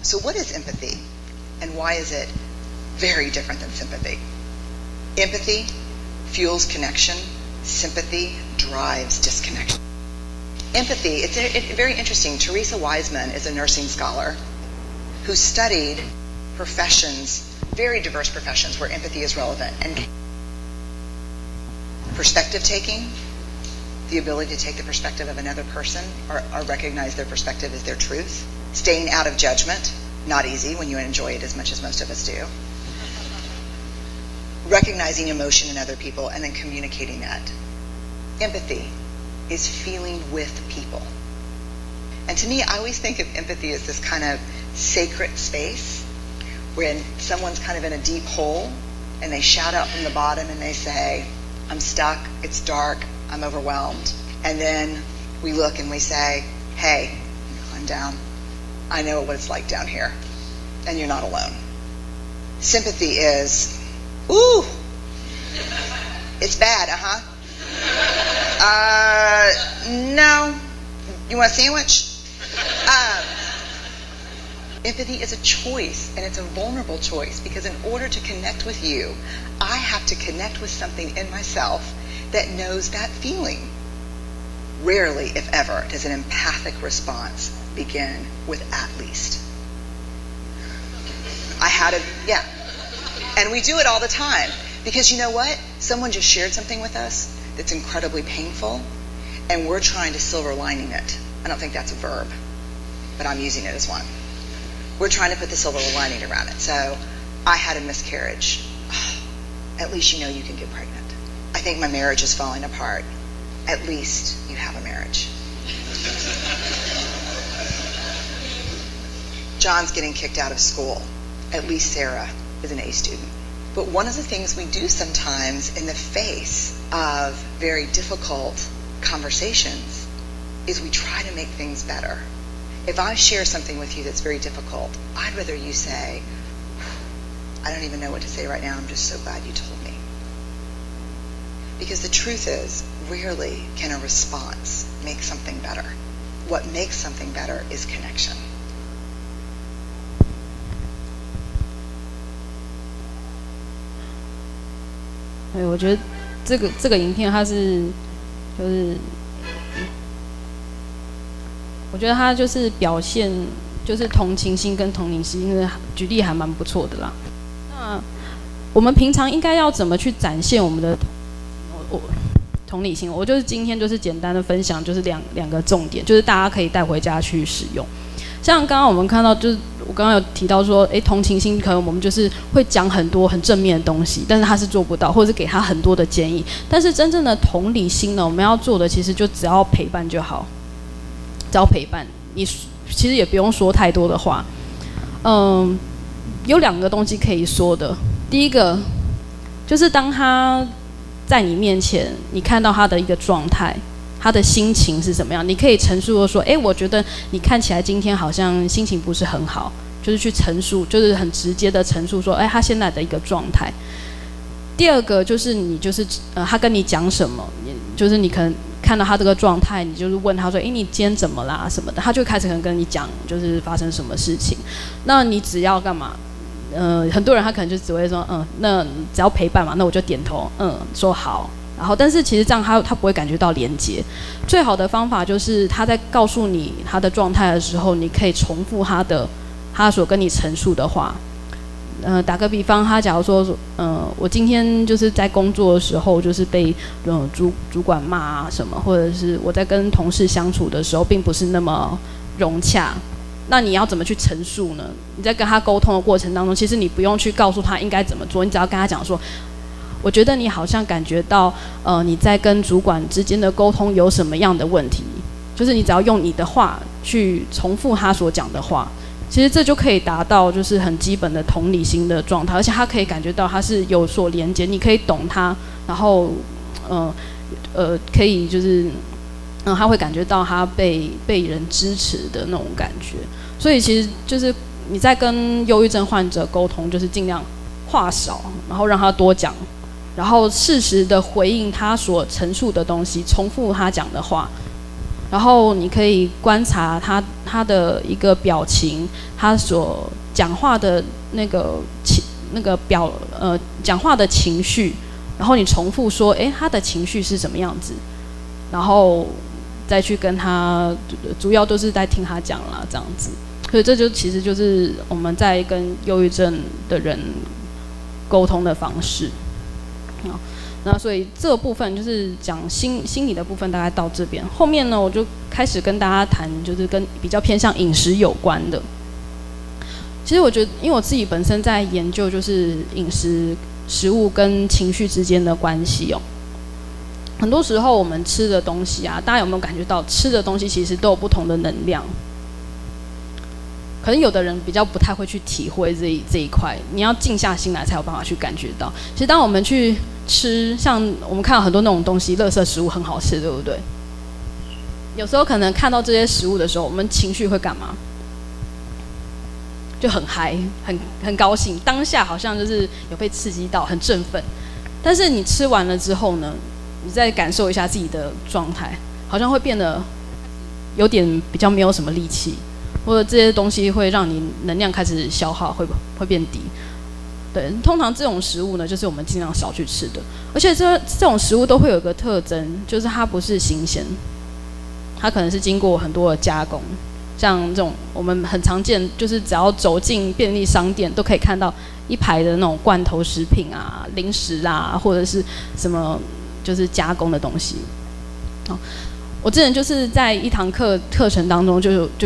So what is empathy? And why is it very different than sympathy? Empathy fuels connection. Sympathy drives disconnection. Empathy, it's very interesting. Teresa Wiseman is a nursing scholar who studied professions, very diverse professions where empathy is relevant. And perspective taking, the ability to take the perspective of another person or recognize their perspective as their truth. Staying out of judgment, not easy when you enjoy it as much as most of us do. Recognizing emotion in other people and then communicating that. Empathy is feeling with people. And to me, I always think of empathy as this kind of sacred space when someone's kind of in a deep hole and they shout out from the bottom and they say, I'm stuck, it's dark, I'm overwhelmed. And then we look and we say, hey, climb down. I know what it's like down here. And you're not alone. Sympathy is, ooh, it's bad, no. You want a sandwich? Empathy is a choice, and it's a vulnerable choice, because in order to connect with you, I have to connect with something in myself that knows that feeling. Rarely, if ever, does an empathic response begin with at least. Yeah. And we do it all the time. Because you know what? Someone just shared something with us that's incredibly painful, and we're trying to silver lining it. I don't think that's a verb, but I'm using it as one. We're trying to put the silver lining around it. So, I had a miscarriage. At least you know you can get pregnant. I think my marriage is falling apart. At least you have a marriage. John's getting kicked out of school. At least Sarah is an A student. But one of the things we do sometimes in the face of very difficult conversations is we try to make things better. If I share something with you that's very difficult, I'd rather you say, I don't even know what to say right now, I'm just so glad you told me. Because the truth is, rarely can a response make something better. What makes something better is connection. 对，我觉得这个影片它是我觉得它就是表现就是同情心跟同理心，举例还蛮不错的啦。那我们平常应该要怎么去展现我们的同理心？我就是今天就是简单的分享，就是两个重点，就是大家可以带回家去使用。像刚刚我们看到，就是我刚刚有提到说，同情心可能我们就是会讲很多很正面的东西，但是他是做不到，或者是给他很多的建议。但是真正的同理心呢，我们要做的其实就只要陪伴就好，只要陪伴，你其实也不用说太多的话。有两个东西可以说的，第一个就是当他在你面前，你看到他的一个状态。他的心情是怎么样？你可以陈述的说，我觉得你看起来今天好像心情不是很好，就是去陈述，就是很直接的陈述说，他现在的一个状态。第二个就是你就是他跟你讲什么，就是你可能看到他这个状态，你就是问他说，你今天怎么啦什么的，他就开始可能跟你讲，就是发生什么事情。那你只要干嘛？很多人他可能就只会说，那只要陪伴嘛，那我就点头，说好。然后，但是其实这样他不会感觉到连结。最好的方法就是他在告诉你他的状态的时候，你可以重复他所跟你陈述的话。打个比方，他假如说，我今天就是在工作的时候，就是被主管骂啊什么，或者是我在跟同事相处的时候，并不是那么融洽。那你要怎么去陈述呢？你在跟他沟通的过程当中，其实你不用去告诉他应该怎么做，你只要跟他讲说。我觉得你好像感觉到，你在跟主管之间的沟通有什么样的问题？就是你只要用你的话去重复他所讲的话，其实这就可以达到就是很基本的同理心的状态，而且他可以感觉到他是有所连接，你可以懂他，然后，可以就是，他会感觉到他被人支持的那种感觉。所以其实就是你在跟忧郁症患者沟通，就是尽量话少，然后让他多讲。然后适时的回应他所陈述的东西，重复他讲的话， 然后你可以观察他的一个表情，他所讲话的讲话的情绪，然后你重复说，他的情绪是什么样子，然后再去跟他，主要都是在听他讲啦，这样子。所以这就其实就是我们在跟忧郁症的人沟通的方式。那所以这部分就是讲心理的部分，大概到这边。后面呢，我就开始跟大家谈，就是跟比较偏向饮食有关的。其实我觉得，因为我自己本身在研究，就是食物跟情绪之间的关系哦。很多时候我们吃的东西啊，大家有没有感觉到，吃的东西其实都有不同的能量？可能有的人比较不太会去体会这一块，你要静下心来才有办法去感觉到。其实当我们去吃，像我们看到很多那种东西，垃圾食物很好吃，对不对？有时候可能看到这些食物的时候，我们情绪会干嘛？就很嗨，很高兴，当下好像就是有被刺激到，很振奋。但是你吃完了之后呢，你再感受一下自己的状态，好像会变得有点比较没有什么力气。或者这些东西会让你能量开始消耗，会变低。对，通常这种食物呢，就是我们尽量少去吃的。而且这种食物都会有一个特征，就是它不是新鲜，它可能是经过很多的加工。像这种我们很常见，就是只要走进便利商店，都可以看到一排的那种罐头食品啊、零食啊，或者是什么就是加工的东西。好。我之前就是在一堂课程当中就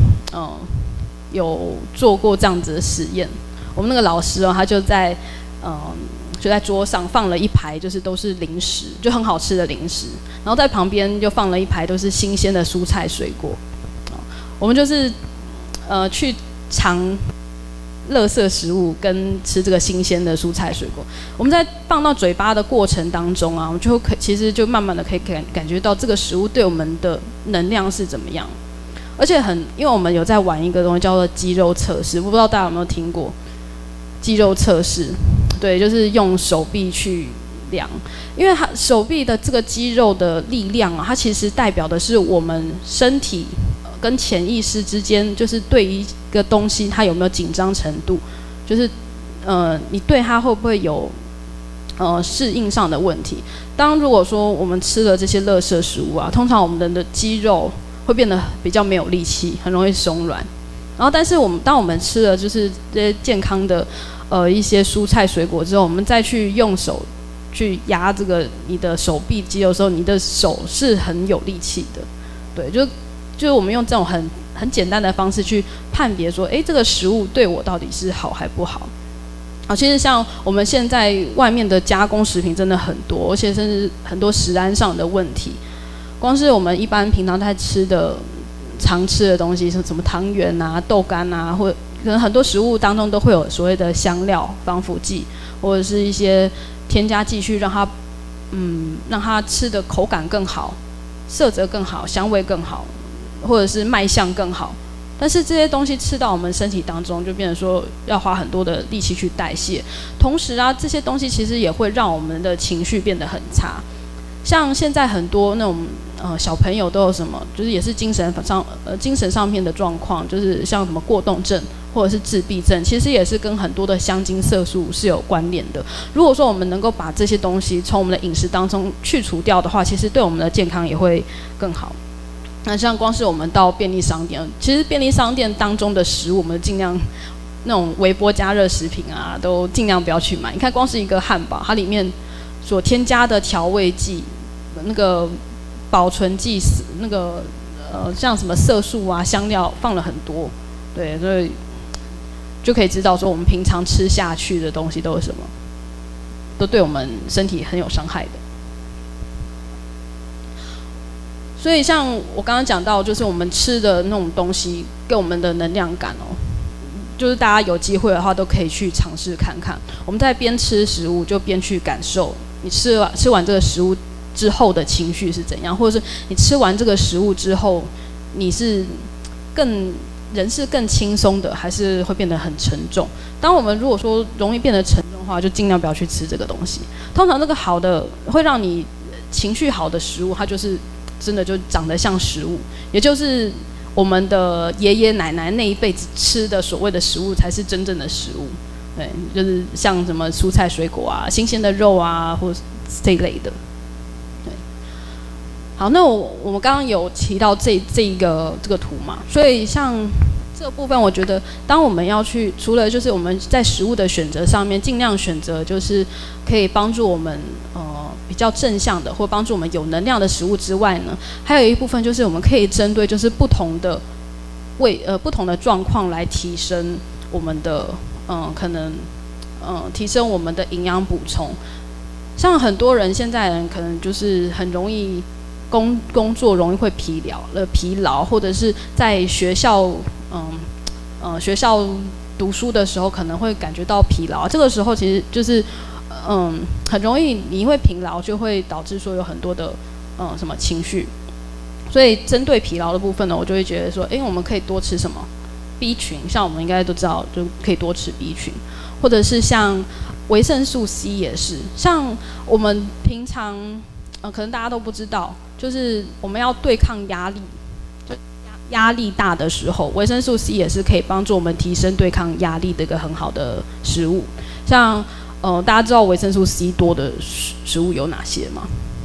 有做过这样子的实验。我们那个老师他就在桌上放了一排，就是都是零食，就很好吃的零食，然后在旁边就放了一排都是新鲜的蔬菜水果。我们就是去尝垃圾食物跟吃这个新鲜的蔬菜水果，我们在放到嘴巴的过程当中啊，我们其实就慢慢的可以感觉到这个食物对我们的能量是怎么样。而且因为我们有在玩一个东西叫做肌肉测试，我不知道大家有没有听过肌肉测试？对，就是用手臂去量，因为它手臂的这个肌肉的力量啊，它其实代表的是我们身体跟潜意识之间，就是对于一个东西它有没有紧张程度，就是你对它会不会有适应上的问题。如果说我们吃了这些垃圾食物啊，通常我们的肌肉会变得比较没有力气，很容易松软。然后但是当我们吃了就是这些健康的一些蔬菜水果之后，我们再去用手去压这个你的手臂肌肉的时候，你的手是很有力气的。对，就是我们用这种很简单的方式去判别说，这个食物对我到底是好还不好。其实像我们现在外面的加工食品真的很多，而且甚至很多食安上的问题。光是我们一般平常在常吃的东西，什么汤圆啊、豆干啊，或者可能很多食物当中都会有所谓的香料、防腐剂，或者是一些添加剂去让它吃的口感更好、色泽更好、香味更好，或者是卖相更好。但是这些东西吃到我们身体当中，就变成说要花很多的力气去代谢。同时啊，这些东西其实也会让我们的情绪变得很差。像现在很多那种小朋友都有什么，就是也是精神上面的状况，就是像什么过动症或者是自闭症，其实也是跟很多的香精色素是有关联的。如果说我们能够把这些东西从我们的饮食当中去除掉的话，其实对我们的健康也会更好。那像光是我们到便利商店，其实便利商店当中的食物，我们尽量那种微波加热食品啊，都尽量不要去买。你看，光是一个汉堡，它里面所添加的调味剂、那个保存剂、那个像什么色素啊、香料放了很多，对，所以就可以知道说我们平常吃下去的东西都是什么，都对我们身体很有伤害的。所以像我刚刚讲到，就是我们吃的那种东西给我们的能量感哦，就是大家有机会的话都可以去尝试看看。我们在边吃食物就边去感受你吃完这个食物之后的情绪是怎样，或者是你吃完这个食物之后，你是人是更轻松的，还是会变得很沉重？当我们如果说容易变得沉重的话，就尽量不要去吃这个东西。通常这个好的会让你情绪好的食物，它就是真的就长得像食物，也就是我们的爷爷奶奶那一辈子吃的所谓的食物才是真正的食物。对，就是像什么蔬菜水果啊、新鲜的肉啊，或这一类的。对，好，那我们刚刚有提到这个图嘛，所以像这个部分，我觉得当我们要去，除了就是我们在食物的选择上面，尽量选择就是可以帮助我们比较正向的，或帮助我们有能量的食物之外呢，还有一部分就是我们可以针对就是不同的不同的状况来提升我们的可能提升我们的营养补充。像很多人现在人可能就是很容易工作容易会疲劳，或者是在学校学校读书的时候可能会感觉到疲劳，这个时候其实就是很容易你因为疲劳就会导致说有很多的什么情绪。所以针对疲劳的部分呢，我就会觉得说，我们可以多吃什么 B 群，像我们应该都知道，就可以多吃 B 群，或者是像维生素 C 也是，像我们平常可能大家都不知道，就是我们要对抗压力，就压力大的时候，维生素 C 也是可以帮助我们提升对抗压力的一个很好的食物。像大家知道维生素 C 多的食物有哪些吗？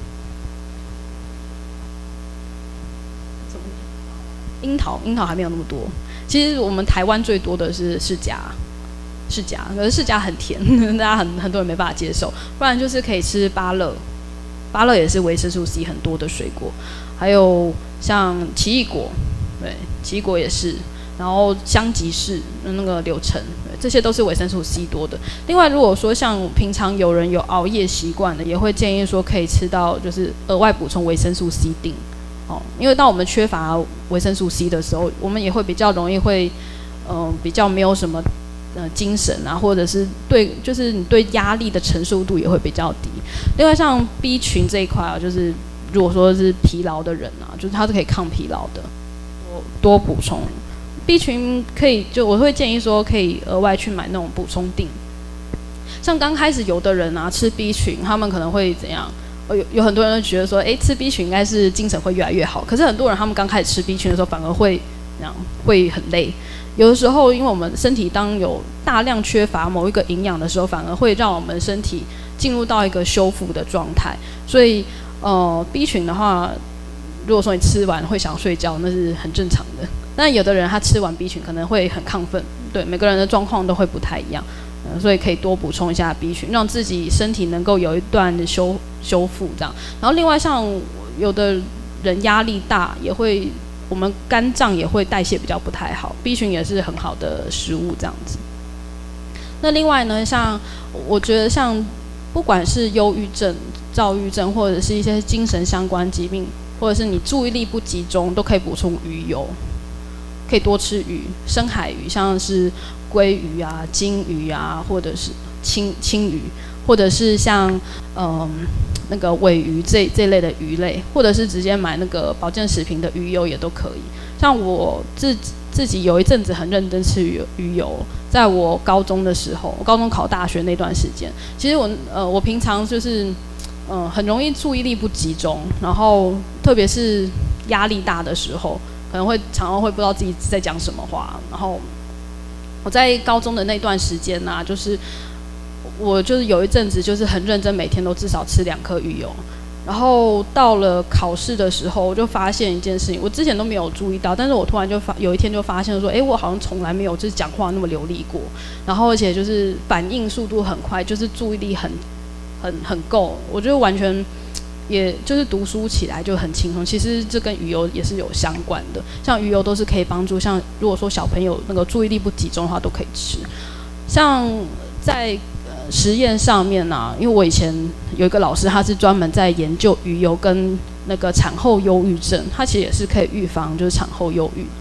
樱桃还没有那么多。其实我们台湾最多的是释迦，可是释迦很甜，大家很多人没办法接受。不然就是可以吃芭乐也是维生素 C 很多的水果。还有像奇异果，对，奇异果也是。然后香吉士那个柳橙，这些都是维生素 C 多的。另外，如果说像平常有人有熬夜习惯的，也会建议说可以吃到就是额外补充维生素 C 锭。因为当我们缺乏维生素 C 的时候，我们也会比较容易会比较没有什么精神啊，或者是就是你对压力的承受度也会比较低。另外像 B 群这一块啊，就是如果说是疲劳的人啊，就是它是可以抗疲劳的，多补充 B 群可以，就我会建议说可以额外去买那种补充锭。像刚开始有的人啊吃 B 群，他们可能会怎样？有很多人都觉得说，吃 B 群应该是精神会越来越好。可是很多人他们刚开始吃 B 群的时候，反而会很累。有的时候，因为我们身体当有大量缺乏某一个营养的时候，反而会让我们身体进入到一个修复的状态。所以B 群的话，如果说你吃完会想睡觉，那是很正常的。但有的人他吃完 B 群可能会很亢奋，对，每个人的状况都会不太一样。所以可以多补充一下 B 群，让自己身体能够有一段的修复这样。然后另外像有的人压力大，也会我们肝脏也会代谢比较不太好 ，B 群也是很好的食物这样子。那另外呢，像我觉得像不管是忧郁症、躁郁症，或者是一些精神相关疾病，或者是你注意力不集中，都可以补充鱼油。可以多吃鱼，深海鱼，像是鲑鱼啊、金鱼啊，或者是青鱼，或者是像那个尾鱼这类的鱼类，或者是直接买那个保健食品的鱼油也都可以。像我自己有一阵子很认真吃鱼油，在我高中的时候，我高中考大学那段时间，其实我平常就是很容易注意力不集中，然后特别是压力大的时候。可能会常常会不知道自己在讲什么话，然后我在高中的那段时间啊，就是我就是有一阵子就是很认真，每天都至少吃2颗鱼油，然后到了考试的时候，我就发现一件事情，我之前都没有注意到，但是我突然有一天就发现说，我好像从来没有就是讲话那么流利过，然后而且就是反应速度很快，就是注意力很够，我觉得完全。也就是读书起来就很轻松，其实这跟鱼油也是有相关的。像鱼油都是可以帮助，像如果说小朋友那个注意力不集中的话，都可以吃。像在实验上面啊，因为我以前有一个老师，他是专门在研究鱼油跟那个产后忧郁症，他其实也是可以预防就是产后忧郁。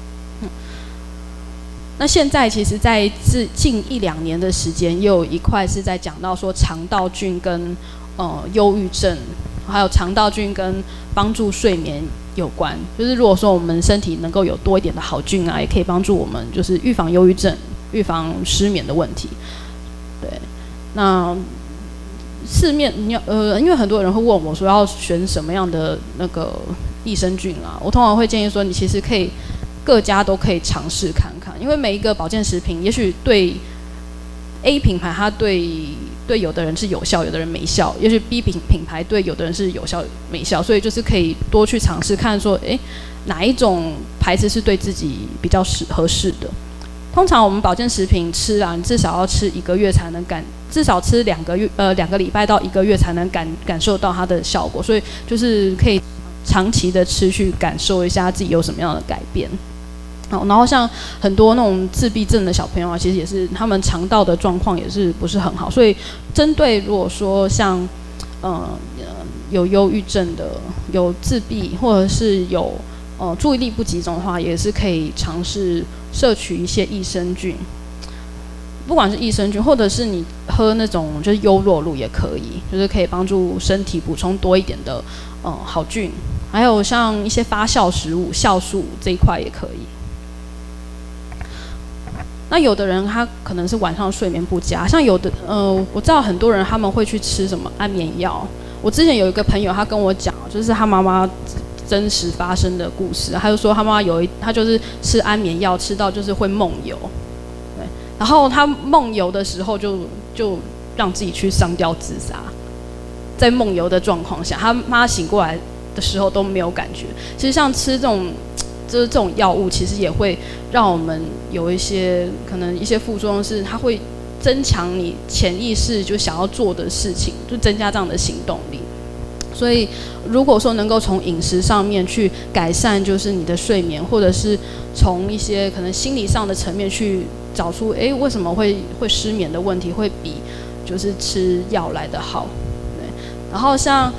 那现在其实，在近1-2年的时间，也有一块是在讲到说肠道菌跟忧郁症，还有肠道菌跟帮助睡眠有关。就是如果说我们身体能够有多一点的好菌啊，也可以帮助我们就是预防忧郁症、预防失眠的问题。对，那市面因为很多人会问我说要选什么样的那个益生菌啊，我通常会建议说你其实可以各家都可以尝试看看，因为每一个保健食品也许对 A 品牌它对有的人是有效，有的人没效，也许 B 品牌对有的人是有效没效，所以就是可以多去尝试看说哪一种牌子是对自己比较合适的。通常我们保健食品吃啊，你至少要吃1个月才能至少吃2个礼拜到1个月才能感受到它的效果，所以就是可以长期的持续感受一下自己有什么样的改变。好，然后像很多那种自闭症的小朋友啊，其实也是他们肠道的状况也是不是很好，所以针对如果说像有忧郁症的、有自闭或者是有注意力不集中的话，也是可以尝试摄取一些益生菌，不管是益生菌，或者是你喝那种就是优酪乳也可以，就是可以帮助身体补充多一点的好菌，还有像一些发酵食物、酵素这一块也可以。那有的人他可能是晚上睡眠不佳，像有的我知道很多人他们会去吃什么安眠药。我之前有一个朋友，他跟我讲，就是他妈妈真实发生的故事，他就说他妈妈他就是吃安眠药吃到就是会梦游，对，然后他梦游的时候就让自己去上吊自杀，在梦游的状况下，他妈醒过来的时候都没有感觉。其实像吃这种药物，其实也会让我们有一些可能一些副作用，是它会增强你潜意识就想要做的事情，就增加这样的行动力。所以如果说能够从饮食上面去改善，就是你的睡眠，或者是从一些可能心理上的层面去找出为什么会失眠的问题，会比就是吃药来得好。对，然后像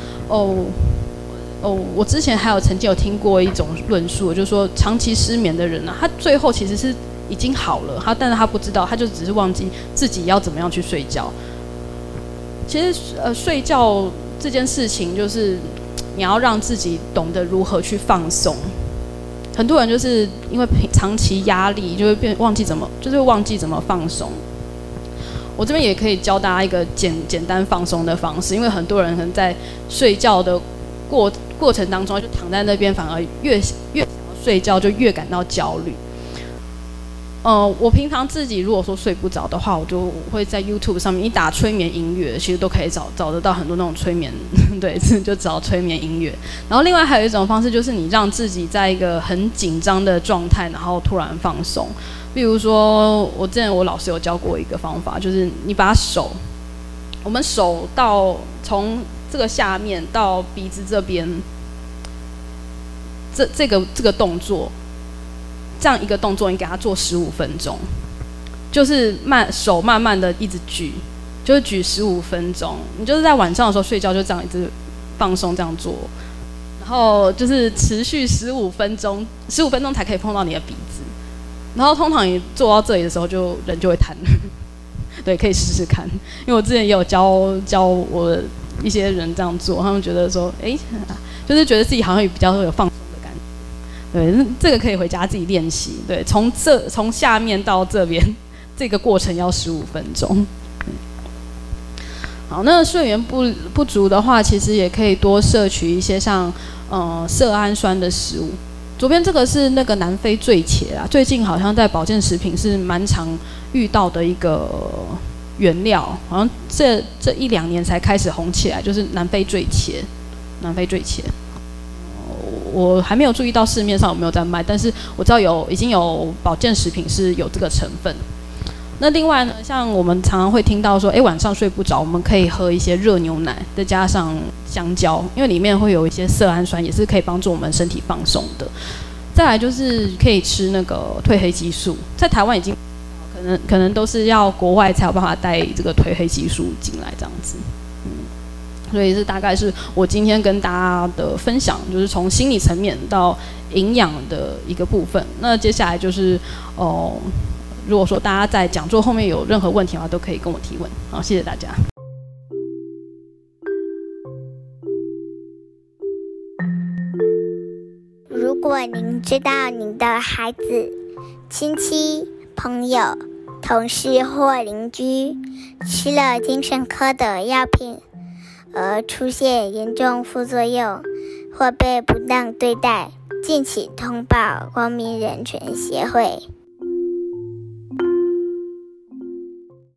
我之前还曾经有听过一种论述，就是说长期失眠的人啊，他最后其实是已经好了，但是他不知道，他就只是忘记自己要怎么样去睡觉。其实睡觉这件事情，就是你要让自己懂得如何去放松。很多人就是因为长期压力，就会忘记怎么放松。我这边也可以教大家一个简单放松的方式，因为很多人可能在睡觉的过程当中，就躺在那边，反而越想要睡觉，就越感到焦虑。我平常自己如果说睡不着的话，我就会在 YouTube 上面一打催眠音乐，其实都可以找得到很多那种催眠，对，就找催眠音乐。然后另外还有一种方式，就是你让自己在一个很紧张的状态，然后突然放松。比如说，我之前我老师有教过一个方法，就是你把我们手从这个下面到鼻子这边，这个动作。这样一个动作，你给他做15分钟，就是手慢慢的一直举，就是举15分钟。你就是在晚上的时候睡觉，就这样一直放松这样做，然后就是持续15分钟，15分钟才可以碰到你的鼻子。然后通常你做到这里的时候，人就会瘫。对，可以试试看，因为我之前也有教我一些人这样做，他们觉得说，就是觉得自己好像比较有放。对，这个可以回家自己练习。对，从下面到这边，这个过程要15分钟。好，那睡眠不足的话，其实也可以多摄取一些像色氨酸的食物。左边这个是那个南非醉茄啊，最近好像在保健食品是蛮常遇到的一个原料，好像这1-2年才开始红起来，就是南非醉茄。我还没有注意到市面上有没有在卖，但是我知道已经有保健食品是有这个成分。那另外呢，像我们常常会听到说，晚上睡不着，我们可以喝一些热牛奶，再加上香蕉，因为里面会有一些色氨酸，也是可以帮助我们身体放松的。再来就是可以吃那个褪黑激素，在台湾已经可能都是要国外才有办法带这个褪黑激素进来这样子。所以这大概是我今天跟大家的分享，就是从心理层面到营养的一个部分。那接下来就是如果说大家在讲座后面有任何问题的话，都可以跟我提问。好，谢谢大家。 如果您知道您的孩子、亲戚、朋友、同事或邻居吃了精神科的药品， 而出现严重副作用或被不当对待，敬请通报光明人权协会。